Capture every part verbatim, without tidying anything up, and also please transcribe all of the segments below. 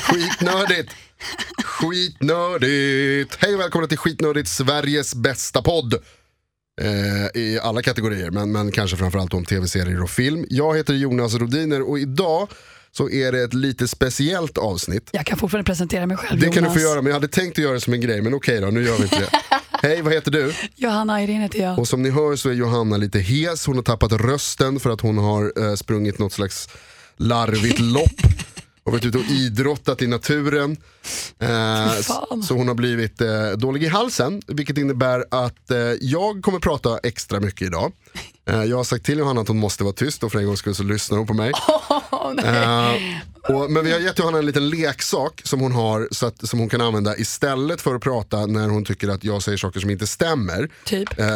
Skitnördigt. Skitnördigt. Hej och välkomna till Skitnördigt, Sveriges bästa podd. Eh, I alla kategorier, men, men kanske framförallt om tv-serier och film. Jag heter Jonas Rodiner och idag så är det ett lite speciellt avsnitt. Jag kan fortfarande presentera mig själv, Det Jonas. kan du få göra, men jag hade tänkt att göra det som en grej. Men okej då, nu gör vi inte det. Hej, vad heter du? Johanna Irene heter jag. Och som ni hör så är Johanna lite hes. Hon har tappat rösten för att hon har eh, sprungit något slags larvigt lopp och varit ute och idrottat i naturen. Eh, så hon har blivit eh, dålig i halsen, vilket innebär att eh, jag kommer prata extra mycket idag. Eh, jag har sagt till Johanna att hon måste vara tyst och för en gång skulle så lyssnar hon på mig. Oh, eh, och, men vi har gett Johanna en liten leksak som hon har så att, som hon kan använda istället för att prata när hon tycker att jag säger saker som inte stämmer. Typ. Eh,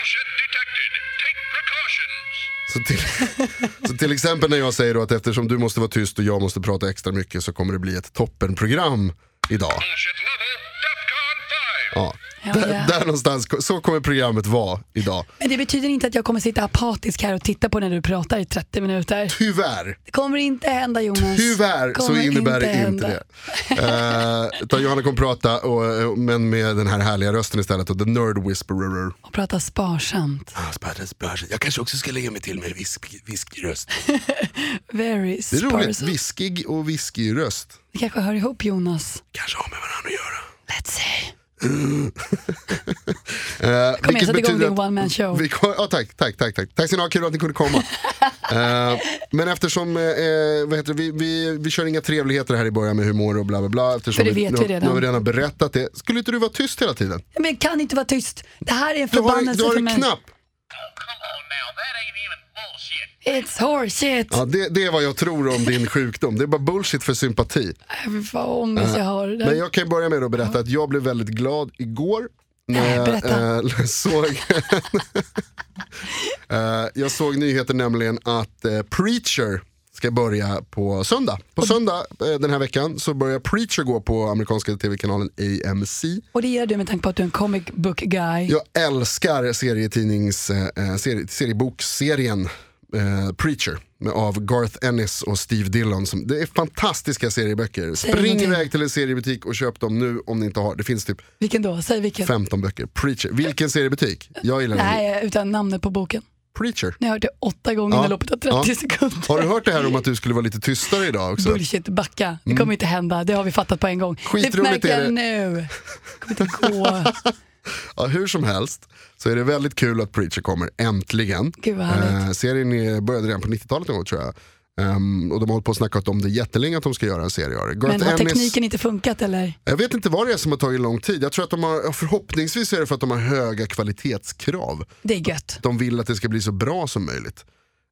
Så till, så till exempel när jag säger då att eftersom du måste vara tyst och jag måste prata extra mycket så kommer det bli ett toppenprogram idag. Ja, Ja, där, ja. där någonstans, så kommer programmet vara idag. Men det betyder inte att jag kommer sitta apatisk här och titta på när du pratar i trettio minuter. Tyvärr. Det kommer inte hända, Jonas. Tyvärr så Kommer innebär det inte inte det. Uh, utan Johanna kommer prata och, men med den här härliga rösten istället. Och The Nerd Whisperer. Och prata sparsamt. Ah, sparsamt, sparsamt. Jag kanske också ska lägga mig till med visk, viskröst. Very Det är roligt, sparsamt. viskig och viskig-röst. Det kanske hör ihop, Jonas. Kanske har med varandra att göra. Let's see. Mm. uh, Kom igen, sätt igång din one man show. Vi, ja, tack, tack, tack, tack. Tack så mycket, kul att ni kunde komma. uh, Men eftersom uh, vad heter det, vi, vi, vi kör inga trevligheter här i början med humor och bla bla bla. Eftersom För det vet vi, vi redan. Nu har vi redan berättat det. Skulle inte du vara tyst hela tiden? Men jag kan inte vara tyst. Det här är en Du har, förbannelse du har för en mig. knapp. It's horseshit. Ja, det, det är vad jag tror om din sjukdom. Det är bara bullshit för sympati. Äh, vad ångest jag har. Men jag kan börja med att berätta att jag blev väldigt glad igår när jag Berätta. äh, såg äh, jag såg nyheter nämligen att äh, Preacher ska börja på söndag. På söndag äh, den här veckan så börjar Preacher gå på amerikanska tv-kanalen A M C. Och det gör du med tanke på att du är en comic book guy. Jag älskar serietidnings äh, serie, serieboksserien Uh, Preacher med, av Garth Ennis och Steve Dillon som, det är fantastiska serieböcker. Säg Spring någonting. iväg till en seriebutik och köp dem nu om ni inte har. Det finns typ Vilken då? Säg vilken. femton böcker. Preacher. Vilken seriebutik? Jag gillar den. Nej, utan namnet på boken. Preacher. Ni har hört det åtta gånger Ja. när loppet av trettio Ja. sekunder. Har du hört det här om att du skulle vara lite tystare idag också? Bullshit, backa. Det kommer inte hända. Det har vi fattat på en gång. Skitroligt det märker är jag det. nu. Det kommer inte gå. Ja, hur som helst så är det väldigt kul att Preacher kommer äntligen. Gud vad härligt. Eh, serien är, började redan på nittiotalet någon gång, tror jag. Um, och de har hållit på att snacka om det jättelänge att de ska göra en serie av det. Garth Men har Ennis- tekniken inte funkat eller? Jag vet inte vad det är som har tagit lång tid. Jag tror att de har, förhoppningsvis är det för att de har höga kvalitetskrav. Det är gött. De vill att det ska bli så bra som möjligt.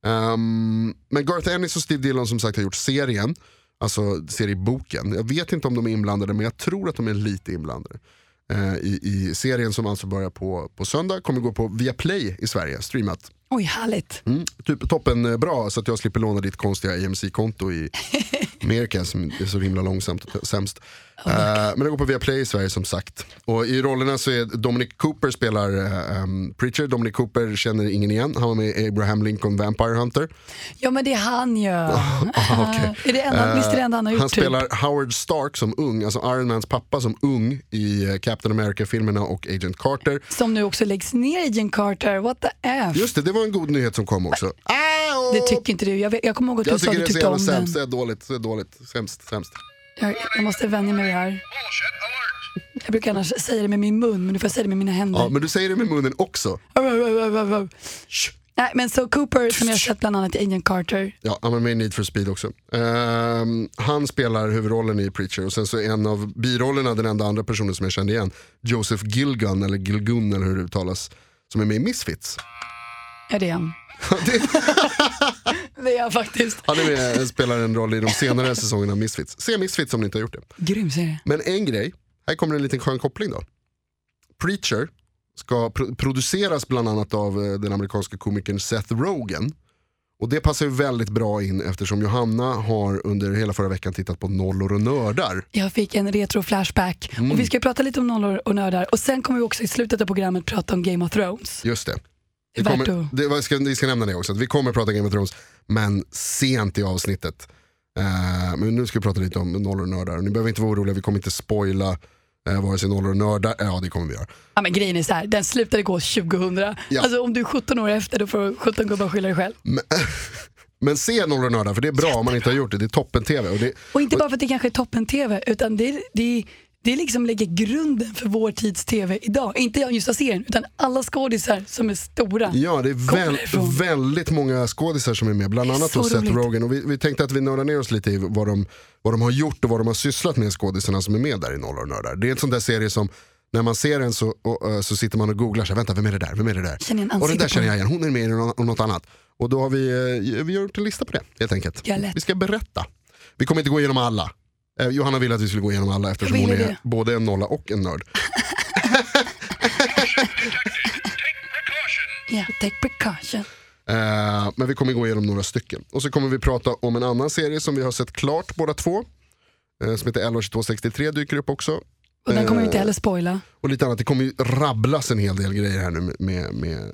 Um, men Garth Ennis och Steve Dillon som sagt har gjort serien, alltså serieboken. Jag vet inte om de är inblandade, men jag tror att de är lite inblandade. Uh, i, I serien som alltså börjar på, på söndag, kommer gå på Viaplay i Sverige, streamat. Oj, härligt. Mm, typ toppen eh, bra så att jag slipper låna ditt konstiga A M C-konto i Amerika som är så himla långsamt och sämst. Uh, men det går på Viaplay i Sverige som sagt. Och i rollerna så är Dominic Cooper spelar uh, um, Preacher. Dominic Cooper känner ingen igen. Han var med i Abraham Lincoln Vampire Hunter. Ja, men det är han ju. Ah, okay. Är det enda, Uh, visst är det enda han har gjort? Han spelar Howard Stark som ung, alltså Iron Mans pappa som ung i uh, Captain America-filmerna och Agent Carter. Som nu också läggs ner, Agent Carter. What the F? Just det, det var en god nyhet som kom också. Ah, Det tycker inte du. Jag, vet, jag kommer ihåg att jag du sa tycker att det du är så tyckte jävla om sämst, den. det är dåligt, det är dåligt, sämst, sämst. Jag, jag måste vänja mig vid det här. Jag brukar annars säga det med min mun, men nu får jag säga det med mina händer. Ja, men du säger det med munnen också. Nej, men så Cooper som jag har sett bland annat i Agent Carter. Ja, han var med i Need for Speed också. Ehm, han spelar huvudrollen i Preacher och sen så är en av birollerna den enda andra personen som jag kände igen, Joseph Gilgun eller Gilgun eller hur det uttalas, som är med i Misfits. Ja, det är han. det, Det är han faktiskt. han är med, spelar en roll i de senare säsongerna av Misfits. Se Misfits om ni inte har gjort det. Grym serie. Men en grej, här kommer en liten skön koppling då. Preacher ska pro- produceras bland annat av eh, den amerikanska komikern Seth Rogen. Och det passar ju väldigt bra in eftersom Johanna har under hela förra veckan tittat på Nollor och nördar. Jag fick en retro-flashback. Mm. Och vi ska prata lite om nollor och nördar. Och sen kommer vi också i slutet av programmet prata om Game of Thrones. Just det. Det är Vi, värt kommer, att- det vi, ska, vi ska nämna det också. Att vi kommer prata Game of Thrones, men sent i avsnittet. Uh, men nu ska vi prata lite om Nollor och nördar. Ni behöver inte vara oroliga, vi kommer inte spoila uh, vare sig Nollor och nördar. Ja, det kommer vi göra. Ja, men grejen är så här, den slutade gå tjugohundra. Ja. Alltså om du är sjutton år efter, då får sjutton gubbar skylla dig själv. Men, men se Nollor och nördar, för det är bra om man inte har gjort det. Det är toppen-tv. Och, det, och inte bara för att det kanske är toppen-tv, utan det, det, det liksom lägger grunden för vår tids tv idag. Inte just av serien, utan alla skådisar som är stora. Ja, det är väl, väldigt många skådisar som är med. Bland annat då Seth Rogen. Och vi, vi tänkte att vi nördar ner oss lite i vad de, vad de har gjort och vad de har sysslat med, skådisarna som är med där i Nollor och nördar. Det är en sån där serie som, när man ser den så, och, så sitter man och googlar så här, vänta, vem är det där? Vem är det där? Och den där känner jag igen, hon är med i något, något annat. Och då har vi, vi har gjort en lista på det, helt enkelt. Vi ska berätta. Vi kommer inte gå igenom alla. Eh, Johanna ville att vi skulle gå igenom alla eftersom hon är det. Både en nolla och en nörd. Yeah, take precaution. Eh, men vi kommer gå igenom några stycken. Och så kommer vi prata om en annan serie som vi har sett klart båda två. Eh, som heter elva tjugotvå sextiotre, dyker upp också. Och den kommer vi inte heller spoila. Och lite annat, det kommer ju rabblas en hel del grejer här nu med, med, med,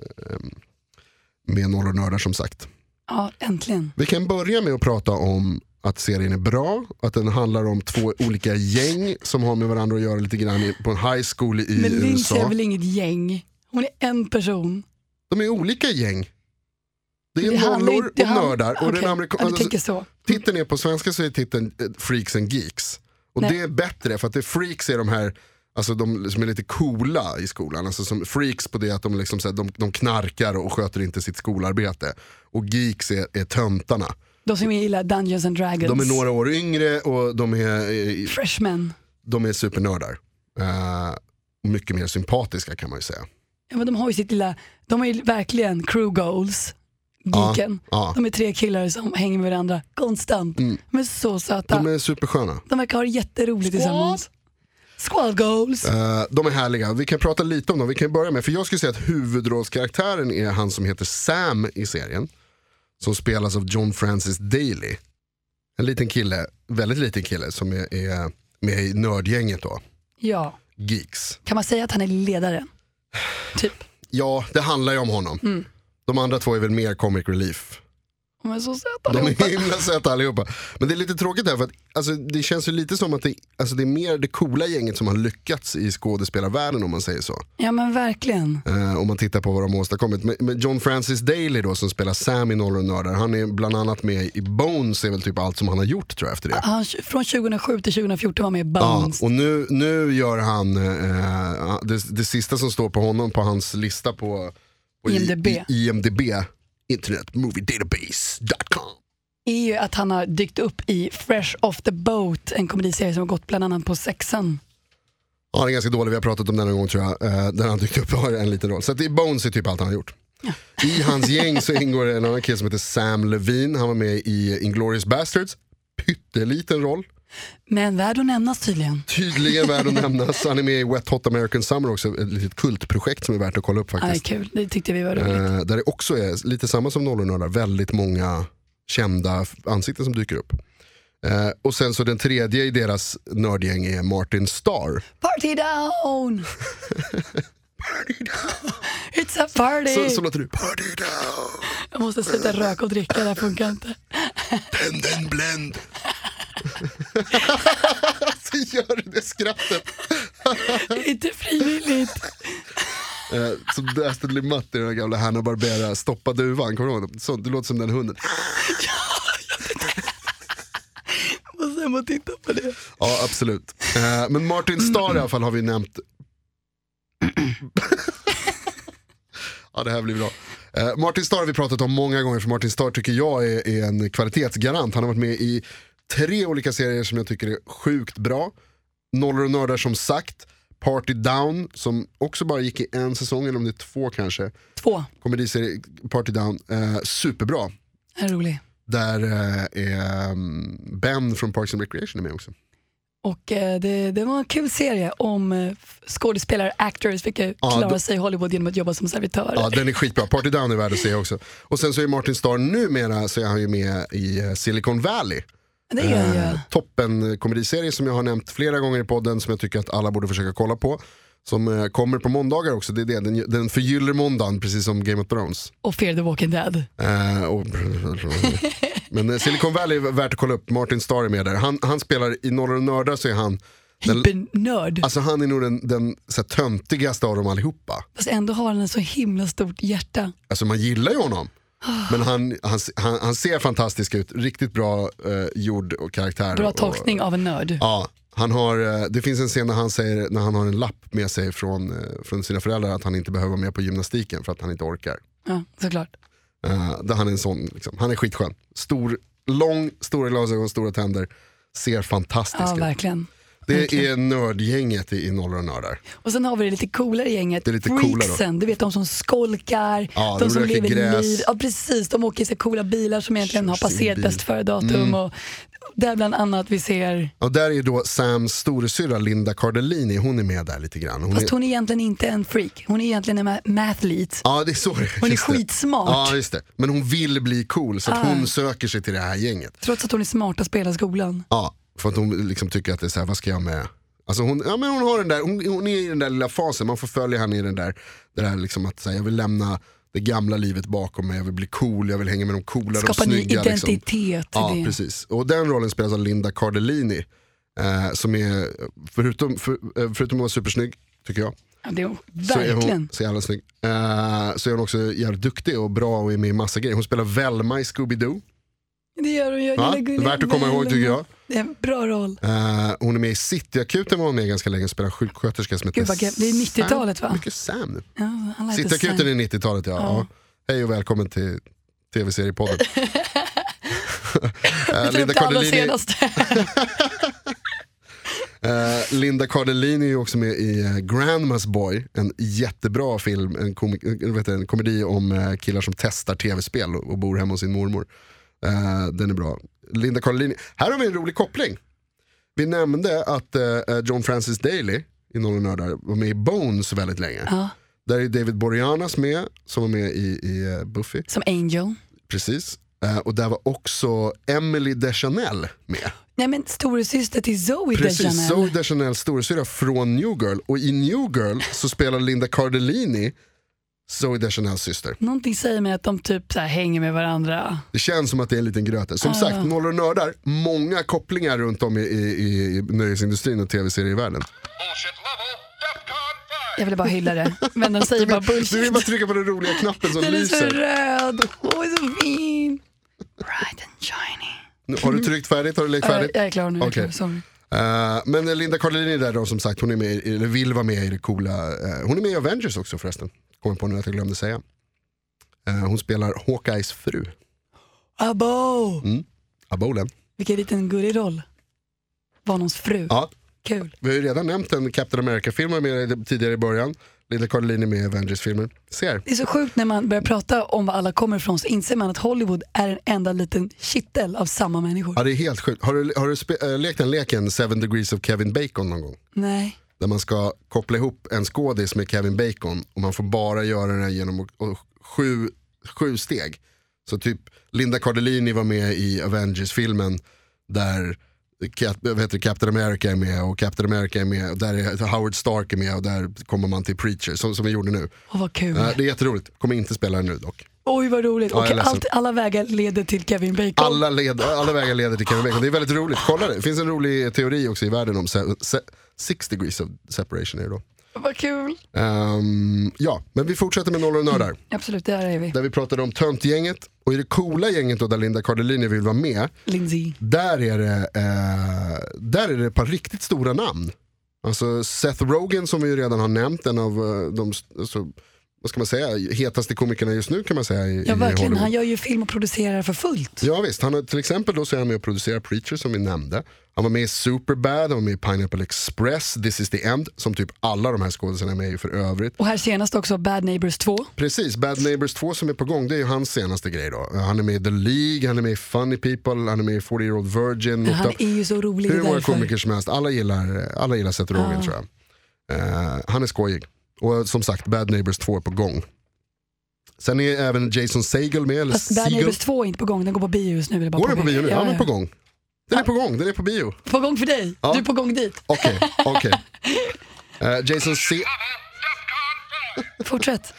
med Nollor och nördar som sagt. Ja, äntligen. Vi kan börja med att prata om att serien är bra, att den handlar om två olika gäng som har med varandra att göra lite grann på en high school i Men U S A. Men Lindsay är väl inget gäng? Hon är en person. De är olika gäng. Det är det nollor och nördar. Och okay. den amerika- alltså, så. Titeln är på svenska så är titeln Freaks and Geeks. Och Nej. det är bättre för att det freaks är de här, alltså de som är lite coola i skolan. Alltså som freaks på det att de, liksom, så här, de, de knarkar och sköter inte sitt skolarbete. Och geeks är, är töntarna. De som gillar Dungeons and Dragons. De är några år yngre och de är eh, freshmen. De är supernördar. Uh, mycket mer sympatiska kan man ju säga. Ja, men de har ju sitt lilla, de är ju verkligen crew goals. Geeken. Ja, ja. De är tre killar som hänger med varandra konstant. Mm. De är så söta. De är supersköna. De verkar ha jätteroligt tillsammans. Squad goals. Uh, de är härliga. Vi kan prata lite om dem. Vi kan börja med, för jag skulle säga att huvudrollskaraktären är han som heter Sam i serien. Som spelas av John Francis Daly. En liten kille, väldigt liten kille som är, är med i nördgänget då. Ja. Geeks. Kan man säga att han är ledaren? Typ. Ja, det handlar ju om honom. Mm. De andra två är väl mer comic relief. De är så söta allihopa. De är himla söta allihopa. Men det är lite tråkigt där för att alltså, det känns ju lite som att det, alltså, det är mer det coola gänget som har lyckats i skådespelarvärlden om man säger så. Ja men verkligen. Eh, om man tittar på vad de har åstadkommit. Men, men John Francis Daly då som spelar Sam i Nollor och nördar, han är bland annat med i Bones, är väl typ allt som han har gjort tror jag efter det. Han, från tjugohundrasju till tjugohundrafjorton var med i Bones. Ja, och nu, nu gör han eh, det, det sista som står på honom på hans lista på, på I M D B. I, I M D B. internet movie database dot com är ju att han har dykt upp i Fresh Off the Boat, en komediserie som har gått bland annat på sexan. Ja, den är ganska dålig, vi har pratat om den en gång tror jag. uh, Den han dykt upp har en liten roll. Så att i Bones är typ allt han har gjort. Ja. I hans gäng så ingår en annan kille som heter Sam Levine. Han var med i Inglourious Basterds. Pytteliten roll. Men värd att nämnas tydligen. Tydligen värd att nämnas. Han är med i Wet Hot American Summer också. Ett litet kultprojekt som är värt att kolla upp faktiskt. Ja, kul, det tyckte vi var roligt. Uh, där det också är lite samma som Nollor och nördar. Väldigt många kända ansikten som dyker upp. Uh, och sen så den tredje i deras nördgäng är Martin Starr. Party down! Party down! It's a party! Så, så låter du, party down! Jag måste sluta röka och dricka, det funkar inte. Tänd en bländ! Så gör du det skrattet. Det är inte frivilligt. uh, Som Dastardly Mutt i den gamla Hanna Barbera Stoppa duvan, kommer du ihåg? Så, du låter som den hunden. Jag måste hem och titta på det. Ja, absolut. uh, Men Martin Starr i alla fall har vi nämnt. Ja, det här blir bra. uh, Martin Starr har vi pratat om många gånger, för Martin Starr tycker jag är, är en kvalitetsgarant. Han har varit med i tre olika serier som jag tycker är sjukt bra. Nollor och nördar som sagt. Party Down som också bara gick i en säsong, eller om det är två kanske. Två. Komediserie Party Down, uh, superbra. Är rolig. Där uh, är um, Ben från Parks and Recreation är med också. Och eh, det, det var en kul serie om eh, skådespelare, actors fick ja, klara då, sig i Hollywood genom att jobba som servitörer. Ja, den är skitbra. Party Down är värd att se också. Och sen så är Martin Starr numera så är han ju med i uh, Silicon Valley. Det är eh, toppen komediserie som jag har nämnt flera gånger i podden, som jag tycker att alla borde försöka kolla på. Som eh, kommer på måndagar också. Det är det. Den, den förgyller måndagen, precis som Game of Thrones. Och Fear the Walking Dead. Eh, och Men eh, Silicon Valley är värt att kolla upp. Martin Starr är med där. Han, han spelar i Norra Nördar, så är han hypernörd. Alltså han är nog den, den så här, töntigaste av dem allihopa. Fast ändå har han en så himla stort hjärta. Alltså man gillar ju honom. Men han, han, han, han ser fantastisk ut. Riktigt bra eh, gjord och karaktär. Bra tolkning och, av en nörd. Ja, han har, det finns en scen när han säger, när han har en lapp med sig från, från sina föräldrar, att han inte behöver vara med på gymnastiken för att han inte orkar. Ja, såklart. Uh, där han är en sån, liksom. Han är skitskön. Stor, lång, stora glasögon, stora tänder. Ser fantastisk ja, ut. Verkligen. Det verkligen. är nördgänget i, i Nollor och nördar. Och sen har vi det lite coolare gänget. Det är lite Freaksen, du vet de som skolkar, ja, de, de som lever gräs. liv. Ja precis, de åker i så coola bilar som egentligen har passerat bäst före datum. Mm. Och där bland annat vi ser... Och där är då Sams storasyrra Linda Cardellini, hon är med där lite grann. Hon Fast är... hon är egentligen inte en freak, hon är egentligen en mathlete. Ja, det är så det. Hon är skitsmart. Ja, just det. Men hon vill bli cool, så att ah. hon söker sig till det här gänget. Trots att hon är smart att spela skolan. Ja, för att hon liksom tycker att det är så här, vad ska jag med? Alltså hon, ja, men hon, har den där, hon, hon är i den där lilla fasen, man får följa henne i den där, det där liksom att säga, jag vill lämna det gamla livet bakom mig, jag vill bli cool, jag vill hänga med de coola, skapa de snygga. Skapa ny identitet. Liksom. Ja, det. Precis. Och den rollen spelas av Linda Cardellini, eh, som är, förutom, för, förutom att vara supersnygg, tycker jag. Ja, det är hon, verkligen. Så är hon, så är alla snygg. Eh, så är hon också jävligt duktig och bra och är med i massa grejer. Hon spelar Velma i Scooby-Doo. Det gör hon, jag ja, det är värt att komma ihåg tycker jag. Det är en bra roll. Uh, hon är med i Cityakuten, var hon med ganska länge och spelar sjuksköterska som heter Gud, vad, det är nittiotalet va? Mycket Sam nu. Ja, Cityakuten är nittiotalet, ja. ja. ja. Hej och välkommen till tv-seriepodden. uh, Linda Cardellini. uh, Linda Cardellini är också med i uh, Grandma's Boy, en jättebra film, en, komik- vet du, en komedi om uh, killar som testar tv-spel och, och bor hemma hos sin mormor. Uh, den är bra. Linda Cardellini. Här har vi en rolig koppling. Vi nämnde att uh, John Francis Daley i Nollor och nördar var med i Bones väldigt länge. Ja. Där är David Boreanaz med, som var med i, i uh, Buffy. Som Angel. Precis. Uh, och där var också Emily Deschanel med. Nej men storasyster till Zoe Precis, Deschanel. Zoe Deschanel, storasyster från New Girl. Och i New Girl så spelar Linda Cardellini Zoe Deschanels syster. Någonting säger mig att de typ så här hänger med varandra. Det känns som att det är en liten gröte. Som uh. sagt, Nollor och nördar, många kopplingar runt om i, i, i nöjesindustrin och tv-serier i världen. Jag vill bara hylla det. Men den säger bara bullshit. Du vill bara trycka på den roliga knappen som den lyser. Den är så röd. Åh, är så fin. Bright and shiny. Nu, har du tryckt färdigt? Har du lekt färdigt? Uh, jag är klar nu. Okay. Klar, sorry. Uh, men Linda Cardellini där då, som sagt, hon är med, eller vill vara med i det coola. Uh, hon är med i Avengers också förresten. Kommer på nu att jag glömde säga. Uh, hon spelar Hawkeyes fru. Abo! Mm. Abolen. Vilken liten gullig roll. Var någons fru. Ja. Kul. Vi har ju redan nämnt en Captain America-film med tidigare i början. Linda Cardellini med Avengers-filmen. Ser. Det är så sjukt när man börjar prata om var alla kommer ifrån, så inser man att Hollywood är en enda liten kittel av samma människor. Ja, det är helt sjukt. Har du, har du spe- äh, lekt den leken Seven Degrees of Kevin Bacon någon gång? Nej. Där man ska koppla ihop en skådis med Kevin Bacon och man får bara göra det genom och, och, sju, sju steg. Så typ Linda Cardellini var med i Avengers-filmen där Cap, vad heter det, Captain America är med och Captain America är med och där är Howard Stark är med och där kommer man till Preacher som, som vi gjorde nu. Åh, vad kul. Uh, det är jätteroligt. Kommer inte spela den nu dock. Oj vad roligt. Ja, och allt, alla vägar leder till Kevin Bacon. Alla, led, alla vägar leder till Kevin Bacon. Det är väldigt roligt. Kolla det. Det finns en rolig teori också i världen om se, se, six degrees of separation är det då. Vad kul. Um, ja, men vi fortsätter med Nollor och nördar. Mm, absolut, där är vi. Där vi pratade om töntgänget. Och i det coola gänget då, där Linda Cardellini vill vara med, Lindsay. Där är det eh, Där är det ett par riktigt stora namn. Alltså Seth Rogen som vi ju redan har nämnt, en av uh, de alltså, vad ska man säga, hetaste komikerna just nu kan man säga i, ja, i verkligen. Hollywood. Han gör ju film och producerar för fullt. Ja visst, han har till exempel då så är han med och producerar Preacher som vi nämnde. Han var med i Superbad, han var med i Pineapple Express, This is the End, som typ alla de här skådespelarna är med i för övrigt. Och här senast också Bad Neighbors två. Precis, Bad Neighbors två som är på gång, det är ju hans senaste grej då. Han är med i The League, han är med i Funny People, han är med i forty year old virgin. Ja, han är ju så rolig. Hur många komiker som helst, alla gillar, alla gillar Seth Rogen ah. tror jag. Uh, han är skojig. Och som sagt, Bad Neighbors två är på gång. Sen är även Jason Segel med. Eller Fast Bad Neighbors två är inte på gång, den går på bio just nu. Går den på bio nu? Ja, ja, den är på gång. Den är på gång, den är på bio. På gång för dig, ja. Du är på gång dit. Okej, okay, okej. Okay. Uh, Jason Se... Fortsätt.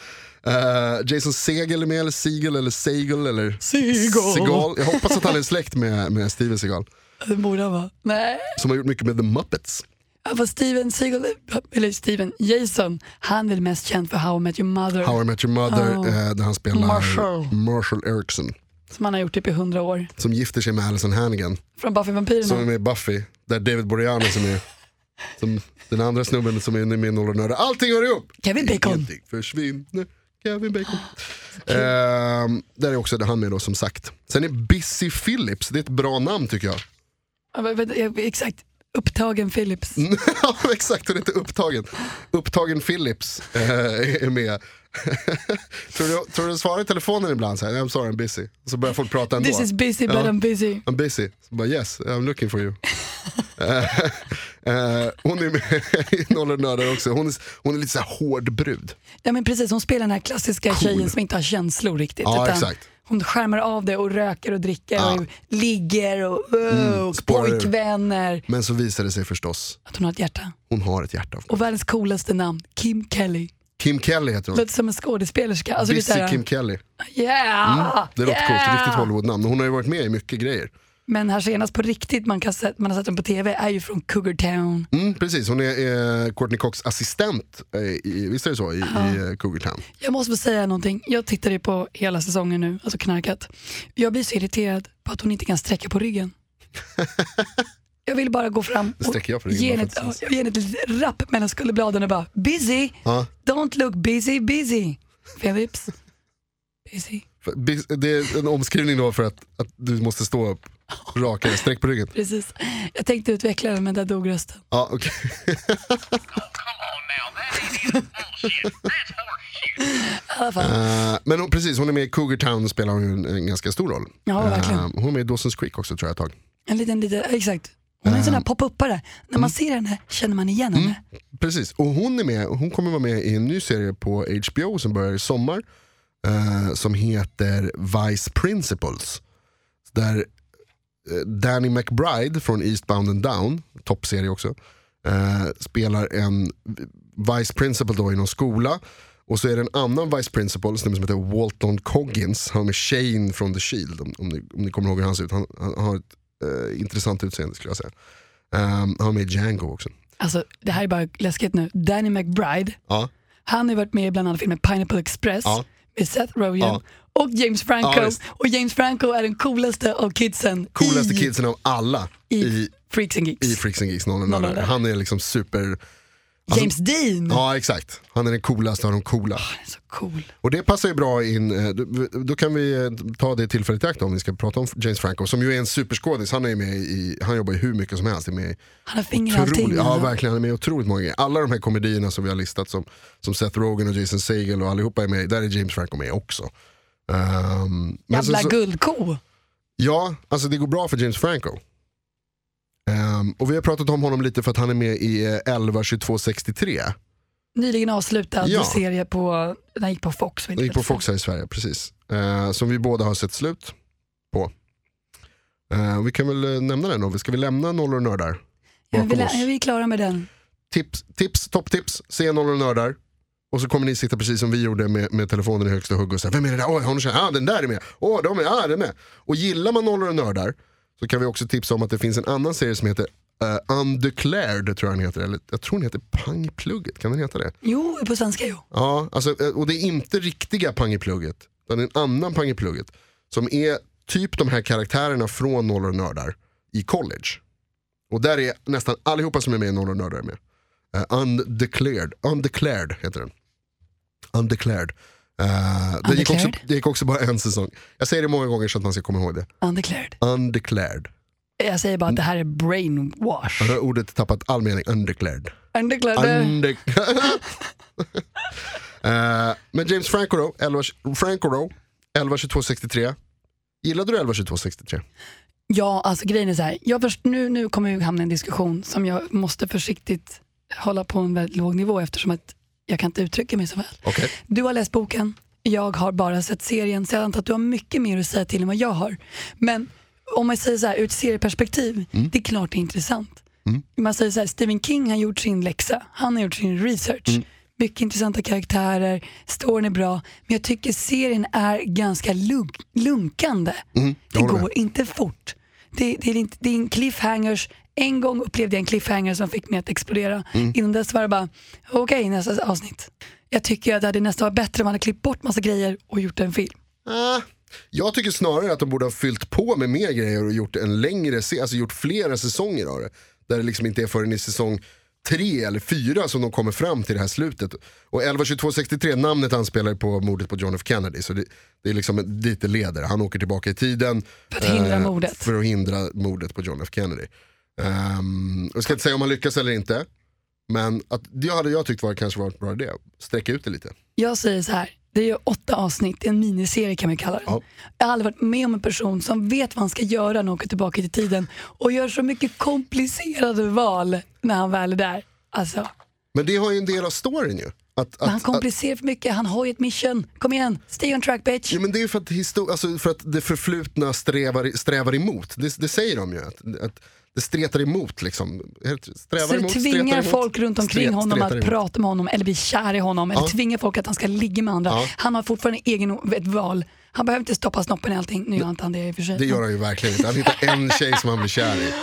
Uh, Jason Segel är med, eller Segel, eller Segel, eller Seagal. Seagal. Jag hoppas att han är släkt med, med Steven Seagal. Det borde han vara. Nej. Som har gjort mycket med The Muppets. Ja, fast Steven Seagal, eller Steven Jason, han är väl mest känd för How I Met Your Mother. How I Met Your Mother, oh. uh, där han spelar Marshall. Marshall Erickson. Som han har gjort typ i hundra år. Som gifter sig med Alison Hannigan. Från Buffy Vampyrerna. Som är med i Buffy. Där David Boreanaz som är som den andra snubben som är med i Noll och Nördar. Allting hör ihop! Kevin Bacon. Ingenting försvinner. Kevin Bacon. uh, där är också han med då, som sagt. Sen är Busy Phillips, det är ett bra namn tycker jag. Ja, exakt. Upptagen Phillips. Ja, exakt, det är inte upptagen. Upptagen Phillips äh, är med. tror, du, tror du svarar i telefonen ibland så här, I'm sorry I'm busy. Så börjar folk prata ändå. This is busy but ja, I'm busy. I'm busy. Så bara yes, I'm looking for you. uh, uh, hon är med i Noll och Nördar också. Hon är, hon är lite så här hård brud. Ja men precis, hon spelar den här klassiska cool. tjejen som inte har känslor riktigt. Ja, utan exakt. Hon skärmar av det och röker och dricker ja. och ligger och, uh, mm, och pojkvänner. Men så visar det sig förstås att hon har ett hjärta. Hon har ett hjärta. Och världens coolaste namn, Kim Kelly. Kim Kelly heter hon. Låter som en skådespelerska. Alltså, Busy här, Kim Kelly. Yeah, mm, det låter yeah. coolt, riktigt Hollywood-namn. Hon har ju varit med i mycket grejer. Men här senast på riktigt man, kan se, man har sett den på tv är ju från Cougar Town. Mm, precis, hon är eh, Courtney Cox assistent eh, i, visst är det så, i, ja. i eh, Cougar Town. Jag måste få säga någonting, jag tittade på hela säsongen nu, alltså knarkat. Jag blir så irriterad på att hon inte kan sträcka på ryggen. Jag vill bara gå fram och jag ge henne ett, jag ger ett litet rapp mellan skulderbladen och bara busy, ja. don't look busy, busy. Phillips, busy. Det är en omskrivning då för att, att du måste stå upp rakare, sträck på ryggen. Precis, jag tänkte utveckla det men där dog rösten. Ja, okej. uh, men hon, precis, hon är med i Cougar Town och spelar hon en, en ganska stor roll. Ja, verkligen. Uh, hon är med i Dawson's Creek också tror jag ett tag. En liten, liten, exakt. Hon är en sån här pop-uppare. När man mm. ser henne känner man igen henne. Mm, precis, och hon är med, hon kommer vara med i en ny serie på H B O som börjar i sommar. Uh, som heter Vice Principals. Där uh, Danny McBride från Eastbound and Down, toppserie också, uh, spelar en Vice Principal då i någon skola. Och så är det en annan Vice Principal som heter Walton Coggins. Han är med Shane från The Shield, om, om, ni, om ni kommer ihåg hur han ser ut. Han, han har ett uh, intressant utseende skulle jag säga. Um, han är med i Django också. Alltså det här är bara läskigt nu. Danny McBride, ja. Han har varit med i bland annat filmen Pineapple Express, ja. Med Seth Rogen ja. Och James Franco. Ja, och James Franco är den coolaste av kidsen. Coolaste i, kidsen av alla i, i Freaks and Geeks. I Freaks and Geeks. Någon, någon, någon. Han är liksom super... Alltså, James Dean. Ja, exakt. Han är den coolaste av de coola. Oh, han är så cool. Och det passar ju bra in, då, då kan vi ta det tillfället i akt om vi ska prata om James Franco, som ju är en superskådis. Han är med i, han jobbar ju hur mycket som helst. Är med han har fingrar allting. Ja, verkligen. Han är med i otroligt många grejer. Alla de här komedierna som vi har listat som, som Seth Rogen och Jason Segel och allihopa är med, där är James Franco med också. Um, Jävla så, guldko. Ja, alltså det går bra för James Franco. Um, och vi har pratat om honom lite för att han är med i elva tjugotvå sextiotre. Nyligen avslutad ja. serie på, den gick på Fox. Den gick på Fox här i Sverige, precis. Uh, som vi båda har sett slut på. Uh, vi kan väl nämna den då. Ska vi lämna Noll och Nördar? Ja, vi, är vi klara med den? Tips, tips topptips, se Noll och Nördar. Och så kommer ni sitta precis som vi gjorde med, med telefonen i högsta hugg och säga, vem är det där? Åh, har ni ah, den där är med. Åh, de är, ah, den är med. Och gillar man Noll och Nördar så kan vi också tipsa om att det finns en annan serie som heter uh, Undeclared, tror jag den heter. Eller, jag tror den heter Pangplugget, kan den heta det? Jo, på svenska jo. Ja, alltså, och det är inte riktiga Pangplugget, utan en annan Pangplugget som är typ de här karaktärerna från Noll och Nördar i college. Och där är nästan allihopa som är med i Noll och Nördar med. Uh, undeclared, Undeclared heter den. Undeclared. Uh, det, gick också, det gick också bara en säsong. Jag säger det många gånger så att man ska komma ihåg det. Undeclared. Undeclared. Jag säger bara att det här är brainwash. Jag har ordet tappat all mening. Undeclared. Undeclared. Unde- uh, men James Franco då, elva, Franco då, elva tjugotvå sextiotre. Gillade du elva tjugotvå sextiotre? Ja, alltså grejen är så här. Jag först, nu, nu kommer vi hamna i en diskussion som jag måste försiktigt hålla på en väldigt låg nivå eftersom att jag kan inte uttrycka mig så väl. Okay. Du har läst boken, jag har bara sett serien, så jag antar att du har mycket mer att säga till än vad jag har. Men om man säger så här, ur ett serieperspektiv, mm. det är klart det är intressant. Mm. Man säger så här, Stephen King har gjort sin läxa, han har gjort sin research. Mm. mycket intressanta karaktärer, storyn är bra, men jag tycker serien är ganska lunk- lunkande. Mm, det går med. Inte fort. Det, det, är inte, det är en cliffhangers. En gång upplevde jag en cliffhanger som fick mig att explodera. Mm. Innan dess var det bara, okej, okay, nästa avsnitt. Jag tycker att det hade nästan varit bättre om man hade klippt bort massa grejer och gjort en film. Ah, jag tycker snarare att de borde ha fyllt på med mer grejer och gjort en längre, alltså gjort flera säsonger av det. Där det liksom inte är förrän i säsong tre eller fyra som de kommer fram till det här slutet. Och elva tjugotvå sextiotre, namnet anspelar på mordet på John F. Kennedy. Så det, det är liksom dit det leder. Han åker tillbaka i tiden. För att hindra eh, mordet. För att hindra mordet på John F. Kennedy. Um, jag ska inte säga om han lyckas eller inte. Men att, det hade jag tyckt var kanske var en bra idé. Sträcka ut det lite. Jag säger så här. Det är ju åtta avsnitt, en miniserie kan man kalla det. Ja. Jag har aldrig varit med om en person som vet vad han ska göra när han åker tillbaka till tiden och gör så mycket komplicerade val när han väl är där. Alltså. Men det har ju en del av storyn ju. Att, men han komplicerar för mycket, han har ju ett mission. Kom igen, stay on track bitch. Ja, men det är för att, histor- alltså för att det förflutna strävar, strävar emot. Det, det säger de ju. Att, att det stretar emot liksom. Strävar så det emot, tvingar folk runt omkring Stret, honom att emot. prata med honom eller bli kär i honom. Eller ja. tvingar folk att han ska ligga med andra. Ja. Han har fortfarande egen, ett val. Han behöver inte stoppa snoppen i allting. Nu gör inte han det i och för sig. Det gör han ju verkligen inte. Han hittar en tjej som han blir kär i.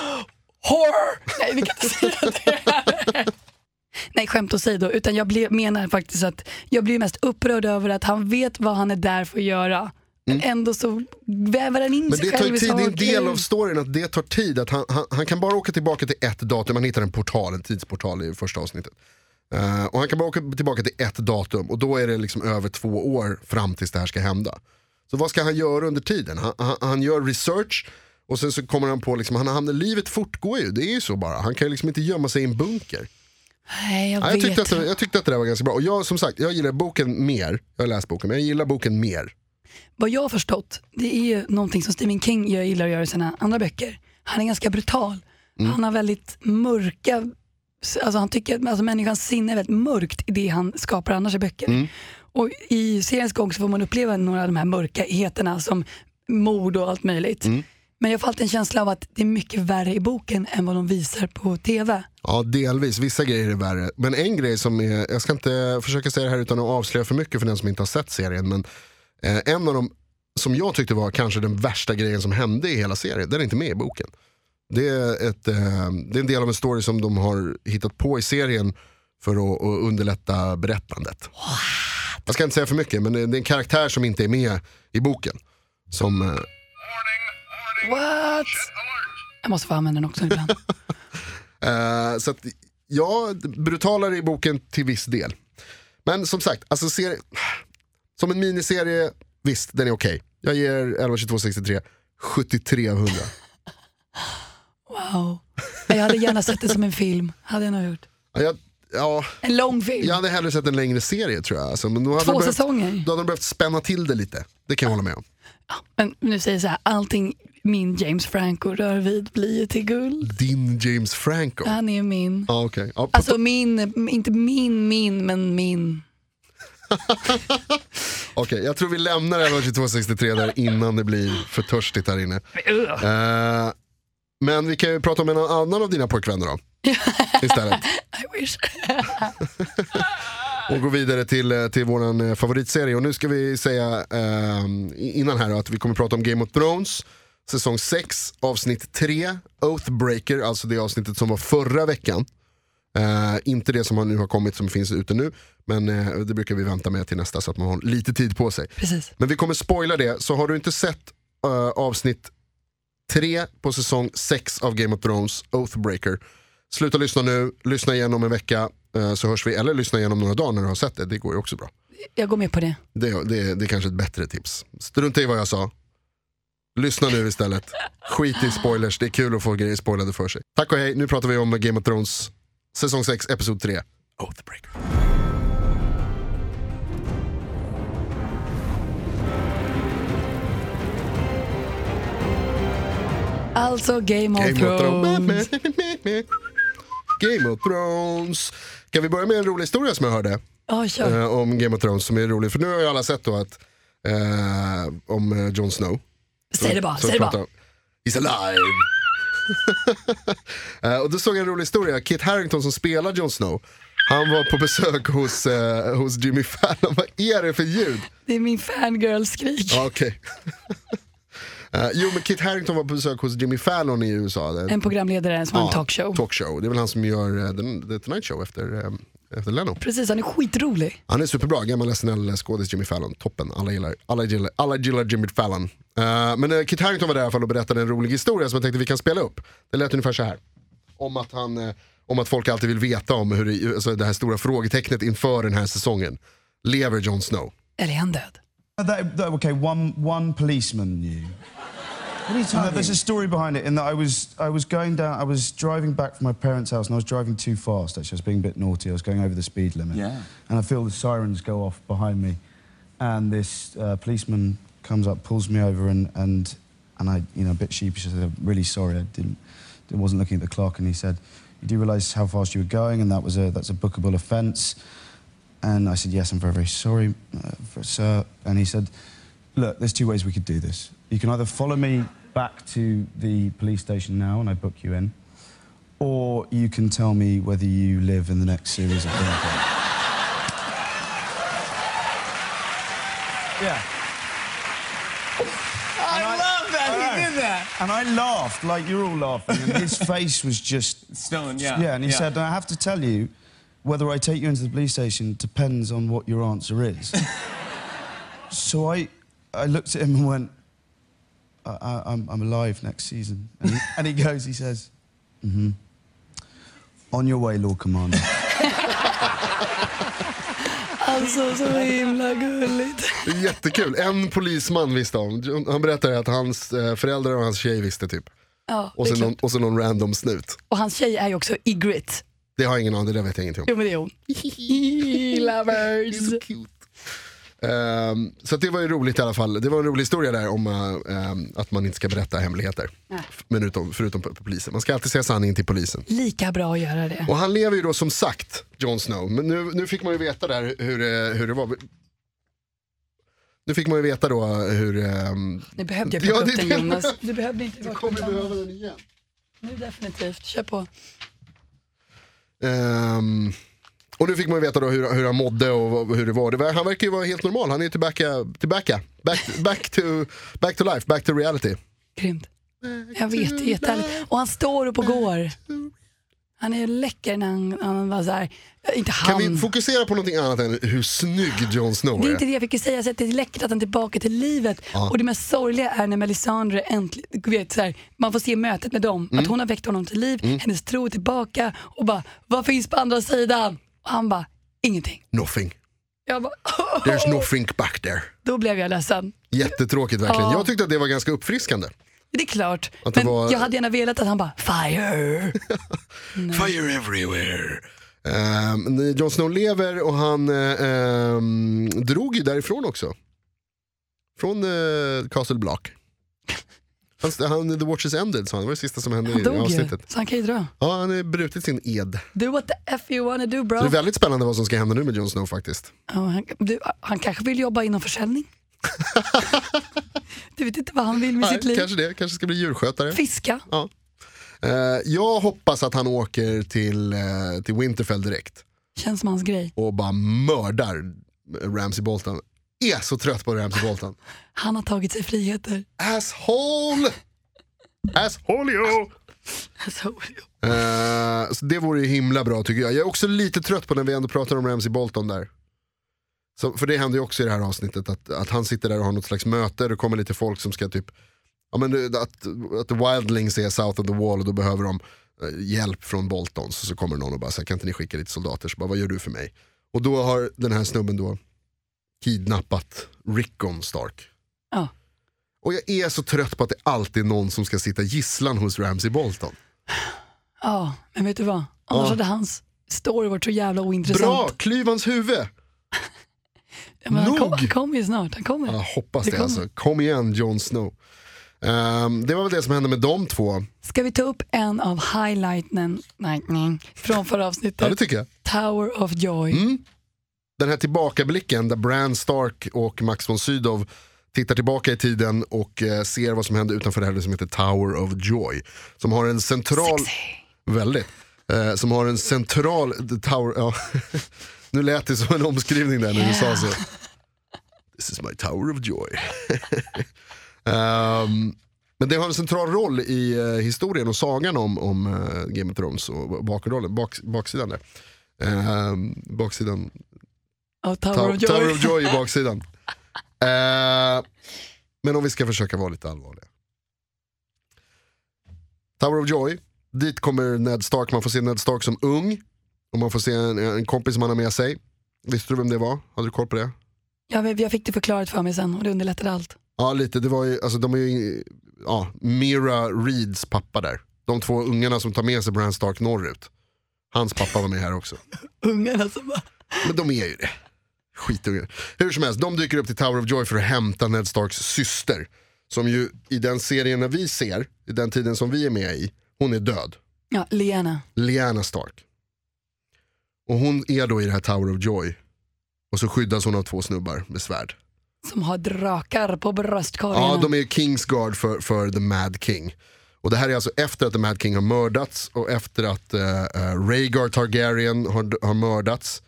Horror! Nej, vi kan inte säga det. Nej, skämt åsido. Utan jag blir, menar faktiskt att jag blir mest upprörd över att han vet vad han är där för att göra. Men mm. ändå så väver han in men sig det tar själv i tid, saker. det är en del av storyn att det tar tid. Att han, han, han kan bara åka tillbaka till ett datum. Man hittar en portal, en tidsportal i första avsnittet. Uh, och han kan bara åka tillbaka till ett datum. Och då är det liksom över två år fram tills det här ska hända. Så vad ska han göra under tiden? Han, han, han gör research. Och sen så kommer han på, liksom, han, han, livet fortgår ju. Det är ju så bara. Han kan ju liksom inte gömma sig i en bunker. Nej, jag, ja, jag, tyckte att det, jag tyckte att det där var ganska bra. Och jag, som sagt, jag gillar boken mer. Jag har läst boken, men jag gillar boken mer. Vad jag har förstått, det är ju någonting som Stephen King gillar att göra i sina andra böcker. Han är ganska brutal. Mm. Han har väldigt mörka, alltså han tycker att alltså människans sinne är väldigt mörkt i det han skapar annars i böcker. Mm. Och i seriens gång så får man uppleva några av de här mörkheterna som mord och allt möjligt. Mm. Men jag har alltid en känsla av att det är mycket värre i boken än vad de visar på tv. Ja, delvis. Vissa grejer är värre. Men en grej som är, jag ska inte försöka säga det här utan att avslöja för mycket för den som inte har sett serien, men eh, en av dem som jag tyckte var kanske den värsta grejen som hände i hela serien, den är inte med i boken. Det är, ett, eh, det är en del av en story som de har hittat på i serien för att, att underlätta berättandet. What? Jag ska inte säga för mycket, men det är en karaktär som inte är med i boken. Som... Eh, What? Jag måste få använda den också ibland. uh, så att, ja, brutalare i boken till viss del. Men som sagt, alltså serie, som en miniserie, visst, den är okej. Okay. Jag ger elva tjugotvå sextiotre sjuttiotre av hundra. Wow. Jag hade gärna sett det som en film. Hade jag nog gjort. Ja, jag, ja, en lång film. Jag hade hellre sett en längre serie, tror jag. Alltså, men då hade Två behövt, säsonger. Då hade de behövt spänna till det lite. Det kan jag hålla med om. Ja, men nu säger jag så här, allting min James Franco rör vid blir till guld. Din James Franco? Han är min. Ah, okay. ah, alltså min, inte min, min, men min. Okej, okay, jag tror vi lämnar elva tjugotvå sextiotre där innan det blir för törstigt här inne. Uh, men vi kan ju prata om en annan av dina pojkvänner då. Istället. I wish. Och gå vidare till, till våran favoritserie. Och nu ska vi säga eh, innan här att vi kommer prata om Game of Thrones säsong sex, avsnitt tre, Oathbreaker, alltså det avsnittet som var förra veckan. Eh, inte det som har nu har kommit som finns ute nu, men eh, det brukar vi vänta med till nästa så att man har lite tid på sig. Precis. Men vi kommer spoila det, så har du inte sett eh, avsnitt tre på säsong sex av Game of Thrones, Oathbreaker, sluta lyssna nu, lyssna igen om en vecka eh, så hörs vi, eller lyssna igen om några dagar när du har sett det, det går ju också bra. Jag går med på det. Det, det, det är kanske ett bättre tips. Strunta i vad jag sa. Lyssna nu istället. Skit i spoilers, det är kul att få grejer spoilade för sig. Tack och hej, nu pratar vi om Game of Thrones säsong sex, episod tre, Oathbreaker. Alltså Game of Game Thrones. Of Game of Thrones. Kan vi börja med en rolig historia som jag hörde? Oh, sure. eh, om Game of Thrones som är rolig. För nu har ju alla sett då att eh, om Jon Snow. Säg det bara, säg det bara. He's alive. eh, och då såg jag en rolig historia. Kit Harington som spelar Jon Snow Han var på besök hos, eh, hos Jimmy Fallon. Vad är det för ljud? Det är min fangirl-skrik. Ja, okej. Okay. uh, jo, men Kit Harington var på besök hos Jimmy Fallon i U S A. En programledare som har ja, en talkshow. talkshow. Det är väl han som gör uh, The, The Tonight Show efter, uh, efter Leno. Precis, han är skitrolig. Han är superbra, gammal S N L-skådis Jimmy Fallon. Toppen, alla gillar, alla gillar, alla gillar Jimmy Fallon. Uh, men uh, Kit Harington var där i alla fall och berättade en rolig historia som jag tänkte vi kan spela upp. Det lät ungefär så här. Om att han... Uh, Om att folk alltid vill veta om hur det, alltså det här stora frågetecknet inför den här säsongen. Lever Jon Snow? Eller är han död? That, that, okay, one one policeman knew. What are you talking about? There's a story behind it in that I was I was going down. I was driving back from my parents' house and I was driving too fast. Actually, I was being a bit naughty. I was going over the speed limit. Yeah. And I feel the sirens go off behind me, and this uh, policeman comes up, pulls me over, and and and I, you know, a bit sheepish. I said, "I'm really sorry. I didn't, I wasn't looking at the clock." And he said, "You do realise how fast you were going, and that was a that's a bookable offence." And I said, "Yes, I'm very, very sorry, uh, for, sir." And he said, "Look, there's two ways we could do this. You can either follow me back to the police station now, and I book you in, or you can tell me whether you live in the next series of Burn." Yeah. I, I love that he did that. And I laughed, like you're all laughing, and his face was just... Stone, yeah. Yeah, and he yeah. said, "I have to tell you, whether I take you into the police station depends on what your answer is." So I, I looked at him and went, I, I, I'm, I'm alive next season. And he, and he goes, he says, mm-hmm. "On your way, Lord Commander." Alltså så himla gulligt. Jättekul. En polisman visste om. Han berättade att hans föräldrar och hans tjej visste typ. Ja, och, sen någon, och så någon random snut. Och hans tjej är ju också Ygritte. Det har jag ingen aning, det vet jag ingenting om. Jo men det är hon. Lovers. So cute. Um, så det var ju roligt i alla fall. Det var en rolig historia där om uh, um, att man inte ska berätta hemligheter. Nej. Men utom, förutom på, på polisen. Man ska alltid säga sanningen till polisen. Lika bra att göra det. Och han lever ju då som sagt, Jon Snow. Men nu, nu fick man ju veta där hur det, hur det var. Nu fick man ju veta då hur... Um... Nu behövde jag plocka ja, upp den, Jonas. Du behövde inte. Du kommer behöva den igen. Nu definitivt, kör på. Um... Och nu fick man ju veta då hur, hur han mådde och hur det var. Det var. Han verkar ju vara helt normal. Han är tillbaka, tillbaka. Back, back, to, back to life, back to reality. Grymt. Jag vet, det är jättehärligt. Och han står upp och går. Han är läcker när han, han var så här. Inte han. Kan vi fokusera på någonting annat än hur snygg Jon Snow är? Det är inte det jag fick säga. Så att det är läckert att han är tillbaka till livet. Ja. Och det mest sorgliga är när Melisandre äntligen, vet, så här, man får se mötet med dem. Mm. Att hon har väckt honom till liv. Mm. Hennes tro är tillbaka. Och bara, vad finns på andra sidan? Och han bara, ingenting. Nothing. Jag bara, oh. There's nothing back there. Då blev jag ledsen. Jättetråkigt verkligen. Ja. Jag tyckte att det var ganska uppfriskande. Det är klart. Att men var... jag hade gärna velat att han bara, fire. Fire everywhere. Um, Jon Snow lever och han um, drog ju därifrån också. Från uh, Castle Black. Han, han, the Watch is ended, så han. Det var det sista som hände han i avsnittet. Så han kan ju dra. Ja, han har brutit sin ed. Do what the F you wanna do, bro. Så det är väldigt spännande vad som ska hända nu med Jon Snow faktiskt. Ja, han, du, han kanske vill jobba inom försäljning. Du vet inte vad han vill med Nej, sitt liv. Kanske det, kanske ska bli djurskötare. Fiska. Ja. Uh, jag hoppas att han åker till, uh, till Winterfell direkt. Känns som hans grej. Och bara mördar Ramsay Bolton. Är så trött på Ramsay Bolton. Han har tagit sig friheter. Asshole! Asshole you! Asshole you. Uh, så det vore ju himla bra tycker jag. Jag är också lite trött på när vi ändå pratar om Ramsay Bolton där. Så, för det händer ju också i det här avsnittet att, att han sitter där och har något slags möte. Det kommer lite folk som ska typ, ja men att, att the wildlings är south of the wall och då behöver de uh, hjälp från Boltons. Så, så kommer någon och bara säger, kan inte ni skicka lite soldater? Så bara, vad gör du för mig? Och då har den här snubben då kidnappat Rickon Stark. Ja. Och jag är så trött på att det alltid är någon som ska sitta gisslan hos Ramsay Bolton. Ja, men vet du vad? Annars ja. hade hans story varit så jävla ointressant. Bra, klyv hans huvud! Ja, men han, kom, han kommer ju snart, han kommer. Ja, hoppas det, det kommer. Alltså. Kom igen, Jon Snow. Um, det var väl det som hände med de två. Ska vi ta upp en av highlighten nej, nej, från förra avsnittet? Ja, det tycker jag. Tower of Joy. Mm. Den här tillbakablicken där Bran Stark och Max von Sydow tittar tillbaka i tiden och eh, ser vad som hände utanför det här som heter Tower of Joy. Som har en central... Sexy. Väldigt. eh, som har en central the tower, ja. Nu lät det som en omskrivning där när du sa så. This is my tower of joy. um, men det har en central roll i uh, historien och sagan om, om uh, Game of Thrones och bakrollen, bak, baksidan där. Uh, baksidan oh, Tower, Ta- of Joy. Tower of Joy i baksidan. uh, men om vi ska försöka vara lite allvarliga. Tower of Joy, dit kommer Ned Stark. Man får se Ned Stark som ung och man får se en, en kompis som han har med sig. Visste du vem det var? Hade du koll på det? Ja, jag fick det förklarat för mig sen och det underlättade allt. Ja, lite. Det var ju, alltså de är ju, ja, Mira Reeds pappa där. De två ungarna som tar med sig Bran Stark norrut. Hans pappa var med här också. Ungarna som bara... Men de är ju det. Skitungar. Hur som helst, de dyker upp till Tower of Joy för att hämta Ned Starks syster. Som ju i den serien när vi ser, i den tiden som vi är med i, hon är död. Ja, Lyanna. Lyanna Stark. Och hon är då i det här Tower of Joy. Och så skyddas hon av två snubbar med svärd. Som har drakar på bröstkorgen. Ja, de är Kingsguard för, för The Mad King. Och det här är alltså efter att The Mad King har mördats och efter att uh, uh, Rhaegar Targaryen har, har mördats.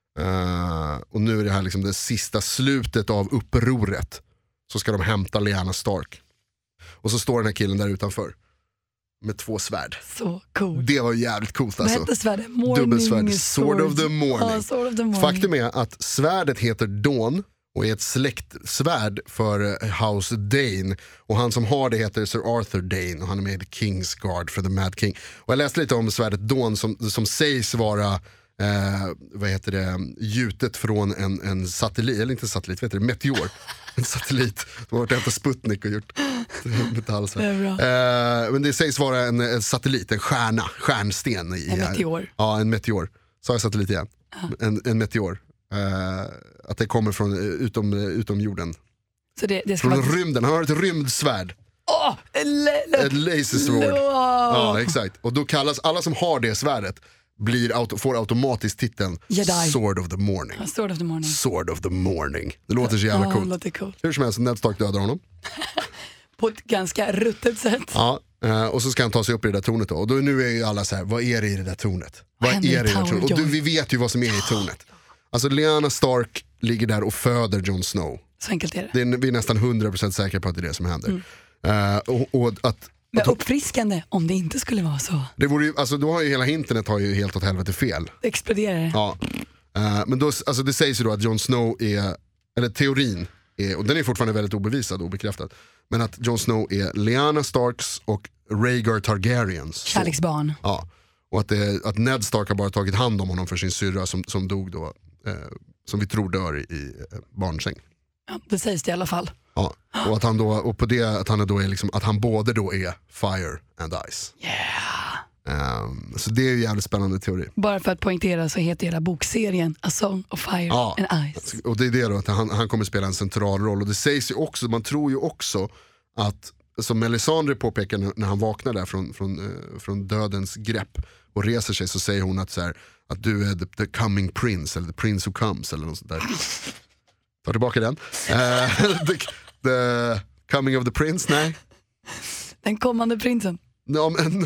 Uh, och nu är det här liksom det sista slutet av upproret. Så ska de hämta Lyanna Stark. Och så står den här killen där utanför. Med två svärd. Så cool. Det var jävligt coolt alltså. Vad hette svärdet? Morning Dubbelsvärd. Sword of the morning. Ja, Sword of the morning. Faktum är att svärdet heter Dawn och är ett släktsvärd för House Dane. Och han som har det heter Sir Arthur Dane och han är med i Kingsguard för The Mad King. Och jag läste lite om svärdet Dawn som, som sägs vara eh, vad heter det, gjutet från en, en satellit, eller inte en satellit, vad heter det, meteor. En satellit. De har varit efter Sputnik och gjort metallsvärd. Det är bra. Eh, men det sägs vara en, en satellit, en stjärna, stjärnsten. I, En meteor. Ja, en meteor. Sa jag satellit igen? Uh-huh. En, en meteor. Uh, att det kommer från utom, utom jorden. Så det, det ska Från vara... rymden. Han har ett rymdsvärd. Åh! Le- Ett lasersword. Wow. Ja, exakt. Och då kallas alla som har det svärdet blir auto, får automatiskt titeln Jedi. Sword of the morning. Sword of the morning. Sword of the morning. Det låter så jävla Ja, coolt. det låter coolt. Hur som helst, Ned Stark dödar honom. På ett ganska ruttet sätt. Ja, eh, och så ska han ta sig upp i det där tornet då. Och då, nu är ju alla så här, vad är det i det där tornet? Vad händer är i det i det där Tower tornet? Och Joy? du, vi vet ju vad som är i tornet. Alltså Lyanna Stark ligger där och föder Jon Snow. Så enkelt är det. Det är, vi är nästan hundra procent säkra på att det är det som händer. Mm. Uh, och, och att, Men att, uppfriskande om det inte skulle vara så. det vore ju, alltså, då har ju hela internet har ju helt åt helvete fel. Det exploderar. Ja. Uh, men då, alltså, det sägs ju då att Jon Snow är, eller teorin är, och den är fortfarande väldigt obevisad och obekräftad, men att Jon Snow är Lyanna Starks och Rhaegar Targaryens son. Kärleksbarn. Ja. Och att, det, att Ned Stark har bara tagit hand om honom för sin syrra som, som dog då, eh, som vi tror dör i, i eh, barnsäng. Ja, det sägs det i alla fall. Ja. Och att han då, och på det att han, då är liksom, att han både då är fire and ice. Yeah. Um, så det är ju en jävligt spännande teori. Bara för att poängtera så heter hela bokserien A Song of Fire Ja. and Ice. Och det är det då, att han, han kommer spela en central roll. Och det sägs ju också, man tror ju också att, som Melisandre påpekar när, när han vaknar där från, från, uh, från dödens grepp och reser sig, så säger hon att, så här, att du är the, the coming prince, eller the prince who comes, eller något sånt där. Ta tillbaka den. Uh, the, the coming of the prince, nej. Den kommande prinsen. No, men,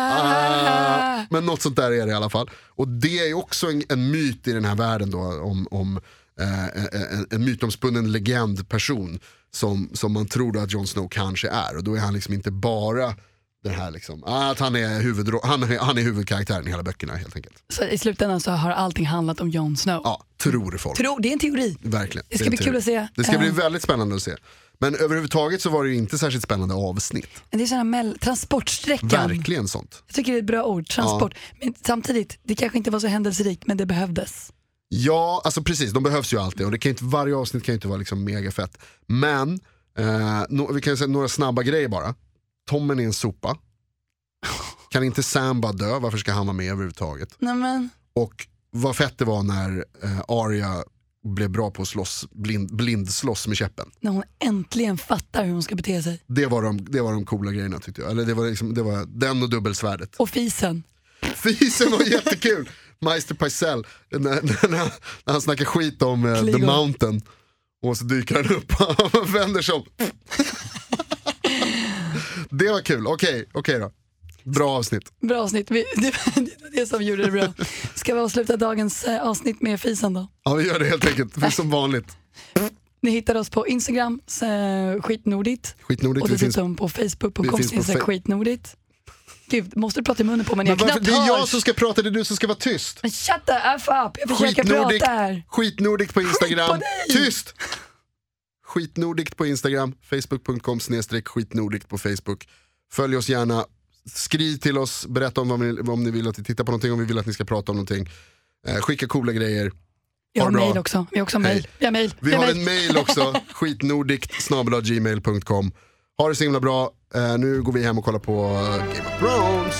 Ah. uh, men något sånt där är det i alla fall. Och det är ju också en, en myt i den här världen då, om, om uh, en, en mytomspunnen legendperson som, som man tror då att Jon Snow kanske är. Och då är han liksom inte bara den här liksom, att han är, huvud, han, är, han är huvudkaraktären i hela böckerna helt enkelt. Så i slutändan så har allting handlat om Jon Snow. Ja, tror folk. Tro, det är en teori. Verkligen. Det ska är en bli teori. kul att se. Det ska Uh. bli väldigt spännande att se. Men överhuvudtaget så var det ju inte särskilt spännande avsnitt. Det är sådana mell- transportsträckan. Verkligen sånt. Jag tycker det är ett bra ord, transport. Ja. Men samtidigt, det kanske inte var så händelserikt, men det behövdes. Ja, alltså precis, de behövs ju alltid. Och det kan inte, varje avsnitt kan ju inte vara liksom mega fett. Men, eh, no, vi kan säga några snabba grejer bara. Tommen är en sopa. Kan inte Sam bara dö? Varför ska han vara med överhuvudtaget? Nämen. Och vad fett det var när eh, Arya blev bra på att slåss, blind, blind slåss med käppen. När hon äntligen fattar hur hon ska bete sig. Det var de, det var de coola grejerna tyckte jag. Eller det var, liksom, det var den och dubbelsvärdet. Och fisen. Fisen var jättekul. Meister Pycelle, när, när, när, när han snackar skit om uh, The Mountain. Och så dyker han upp och han vänder sig om. Det var kul, okej, okay, okej okay då. Bra avsnitt. Bra avsnitt, vi, det var det som gjorde det bra. Ska vi avsluta dagens eh, avsnitt med fisen då? Ja, vi gör det helt enkelt, det är som vanligt. Ni hittar oss på Instagram, eh, skitnordigt. Skitnordigt. Och dessutom finns, på Facebook på komstinsa skitnordigt. Gud, måste du prata i munnen på mig när jag varför, knappt det är hörs. jag som ska prata, det är du som ska vara tyst. Men shut the F up, jag försöker prata här. Skitnordigt på Instagram. Skit på dig. Tyst! Skitnordigt på Instagram, facebook punkt com snedstreck skitnordigt på Facebook. Följ oss gärna, skriv till oss, berätta om, vad ni, om ni vill att vi tittar på någonting, om vi vill att ni ska prata om någonting. Eh, skicka coola grejer. Jag har mail också, vi har också mail. Vi har, mail. Vi vi har, har mail. en mail också, skitnordigt snabel-a gmail punkt com. Ha det så himla bra, eh, nu går vi hem och kollar på Game of Thrones.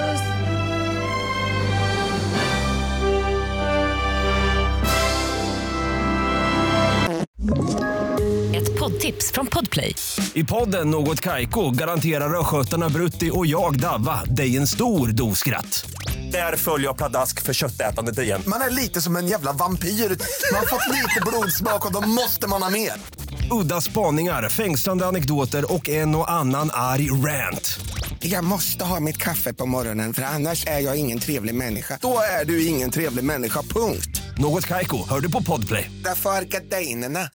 Ett poddtips från Podplay. I podden Något Kaiko garanterar röskötarna Brutti och jag Davva dig en stor doskratt. Där följer jag pladask för köttätandet igen. Man är lite som en jävla vampyr. Man har fått lite blodsmak och då måste man ha mer. Udda spaningar, fängslande anekdoter och en och annan arg rant. Jag måste ha mitt kaffe på morgonen för annars är jag ingen trevlig människa. Då är du ingen trevlig människa, punkt. Något Kaiko, hör du på Podplay. Därför är gardinerna.